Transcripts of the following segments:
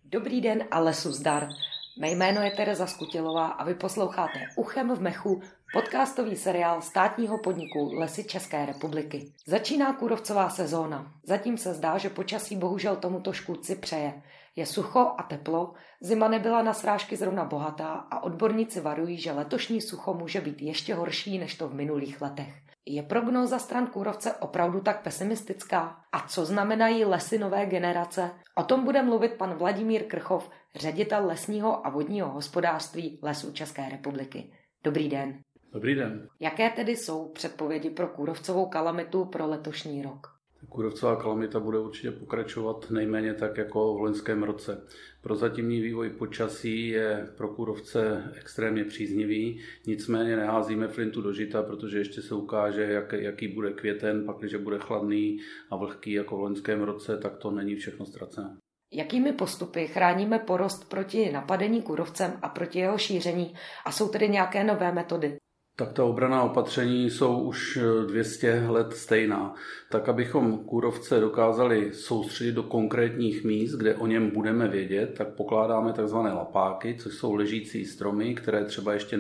Dobrý den a lesu zdar. Mé jméno je Tereza Skutilová a vy posloucháte Uchem v mechu, podcastový seriál státního podniku Lesy České republiky. Začíná kůrovcová sezóna. Zatím se zdá, že počasí bohužel tomuto škůdci přeje. Je sucho a teplo, zima nebyla na srážky zrovna bohatá a odborníci varují, že letošní sucho může být ještě horší než to v minulých letech. Je prognóza stran kůrovce opravdu tak pesimistická? A co znamenají lesy nové generace? O tom bude mluvit pan Vladimír Krchov, ředitel lesního a vodního hospodářství Lesů České republiky. Dobrý den. Dobrý den. Jaké tedy jsou předpovědi pro kůrovcovou kalamitu pro letošní rok? Kůrovcová kalamita bude určitě pokračovat nejméně tak jako v loňském roce. Prozatímní vývoj počasí je pro kůrovce extrémně příznivý, nicméně neházíme flintu do žita, protože ještě se ukáže, jaký bude květen, pakliže bude chladný a vlhký jako v loňském roce, tak to není všechno ztracené. Jakými postupy chráníme porost proti napadení kůrovcem a proti jeho šíření a jsou tedy nějaké nové metody? Tak ta obranná opatření jsou už 200 let stejná. Tak, abychom kůrovce dokázali soustředit do konkrétních míst, kde o něm budeme vědět, tak pokládáme takzvané lapáky, což jsou ležící stromy, které třeba ještě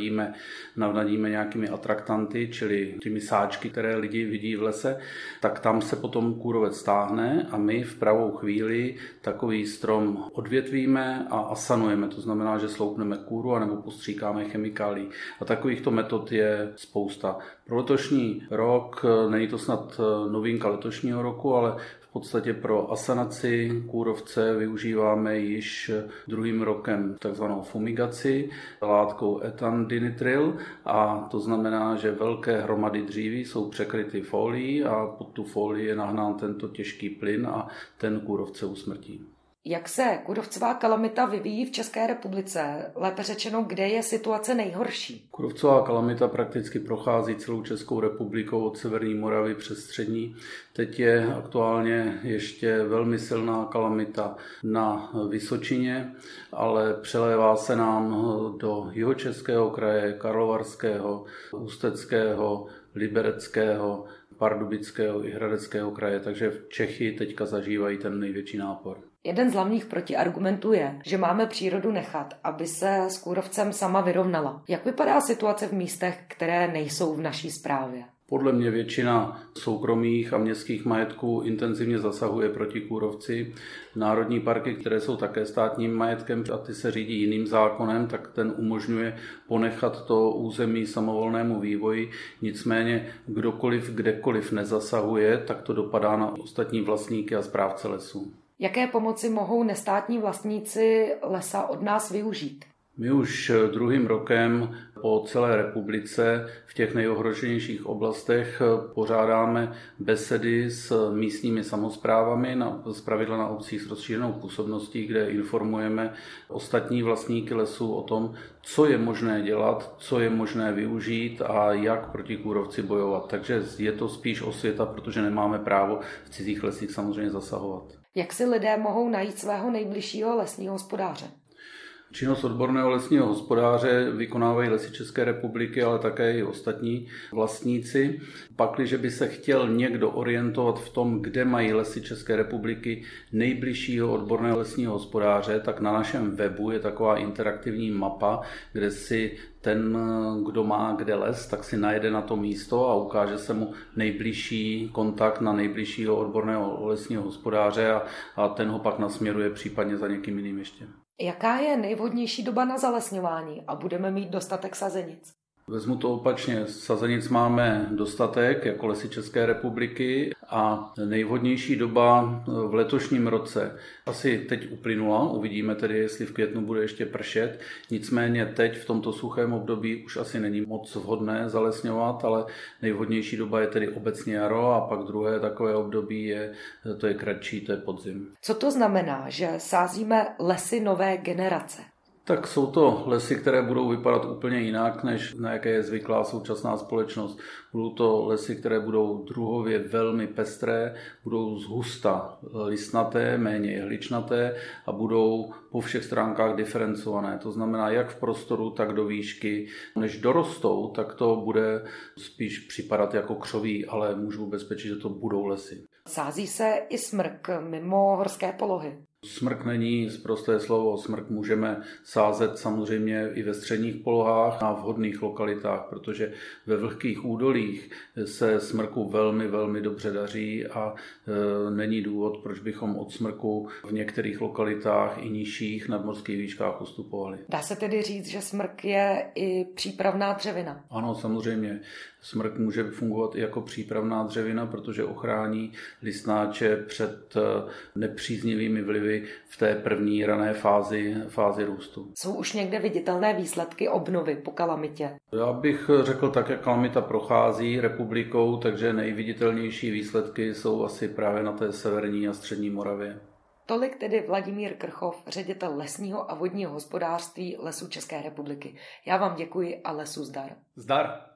navnadíme nějakými atraktanty, čili těmi sáčky, které lidi vidí v lese, tak tam se potom kůrovec stáhne a my v pravou chvíli takový strom odvětvíme a asanujeme. To znamená, že sloupneme kůru anebo postříkáme chemikálií. A takovýchto metod je spousta. Pro letošní rok, není to snad novinka letošního roku, ale v podstatě pro asanaci kůrovce využíváme již druhým rokem takzvanou fumigaci látkou etandinitril a to znamená, že velké hromady dříví jsou překryty fólií a pod tu folii je nahnán tento těžký plyn a ten kůrovce usmrtí. Jak se kůrovcová kalamita vyvíjí v České republice? Lépe řečeno, kde je situace nejhorší? Kůrovcová kalamita prakticky prochází celou Českou republikou od severní Moravy přes střední. Teď je aktuálně ještě velmi silná kalamita na Vysočině, ale přelévá se nám do Jihočeského kraje, Karlovarského, Ústeckého, Libereckého, Pardubického i Hradeckého kraje, takže Čechy teďka zažívají ten největší nápor. Jeden z hlavních protiargumentů je, že máme přírodu nechat, aby se s kůrovcem sama vyrovnala. Jak vypadá situace v místech, které nejsou v naší správě? Podle mě většina soukromých a městských majetků intenzivně zasahuje proti kůrovci. Národní parky, které jsou také státním majetkem a ty se řídí jiným zákonem, tak ten umožňuje ponechat to území samovolnému vývoji. Nicméně kdokoliv kdekoliv nezasahuje, tak to dopadá na ostatní vlastníky a správce lesů. Jaké pomoci mohou nestátní vlastníci lesa od nás využít? My už druhým rokem po celé republice v těch nejohroženějších oblastech pořádáme besedy s místními samosprávami, zpravidla na obcích s rozšířenou působností, kde informujeme ostatní vlastníky lesů o tom, co je možné dělat, co je možné využít a jak proti kůrovci bojovat. Takže je to spíš osvěta, protože nemáme právo v cizích lesích samozřejmě zasahovat. Jak si lidé mohou najít svého nejbližšího lesního hospodáře? Činnost odborného lesního hospodáře vykonávají Lesy České republiky, ale také i ostatní vlastníci. Pakliže by se chtěl někdo orientovat v tom, kde mají Lesy České republiky nejbližšího odborného lesního hospodáře, tak na našem webu je taková interaktivní mapa, kde si ten, kdo má kde les, tak si najde na to místo a ukáže se mu nejbližší kontakt na nejbližšího odborného lesního hospodáře a ten ho pak nasměruje případně za někým jiným ještě. Jaká je nejvhodnější doba na zalesňování a budeme mít dostatek sazenic? Vezmu to opačně. Sazenic máme dostatek jako Lesy České republiky a nejvhodnější doba v letošním roce asi teď uplynula. Uvidíme tedy, jestli v květnu bude ještě pršet. Nicméně teď v tomto suchém období už asi není moc vhodné zalesňovat, ale nejvhodnější doba je tedy obecně jaro a pak druhé takové období je kratší, to je podzim. Co to znamená, že sázíme lesy nové generace? Tak jsou to lesy, které budou vypadat úplně jinak, než na jaké je zvyklá současná společnost. Budou to lesy, které budou druhově velmi pestré, budou zhusta listnaté, méně jehličnaté a budou po všech stránkách diferencované. To znamená jak v prostoru, tak do výšky. Než dorostou, tak to bude spíš připadat jako křoví, ale můžu ubezpečit, že to budou lesy. Sází se i smrk mimo horské polohy. Smrk není sprosté slovo. Smrk můžeme sázet samozřejmě i ve středních polohách na vhodných lokalitách, protože ve vlhkých údolích se smrku velmi, velmi dobře daří a není důvod, proč bychom od smrku v některých lokalitách i nižších nadmořských výškách ustupovali. Dá se tedy říct, že smrk je i přípravná dřevina? Ano, samozřejmě. Smrk může fungovat i jako přípravná dřevina, protože ochrání listnáče před nepříznivými vlivy v té první rané fázi růstu. Jsou už někde viditelné výsledky obnovy po kalamitě? Já bych řekl tak, jak kalamita prochází republikou, takže nejviditelnější výsledky jsou asi právě na té severní a střední Moravě. Tolik tedy Vladimír Krchov, ředitel lesního a vodního hospodářství Lesů České republiky. Já vám děkuji a lesu zdar. Zdar!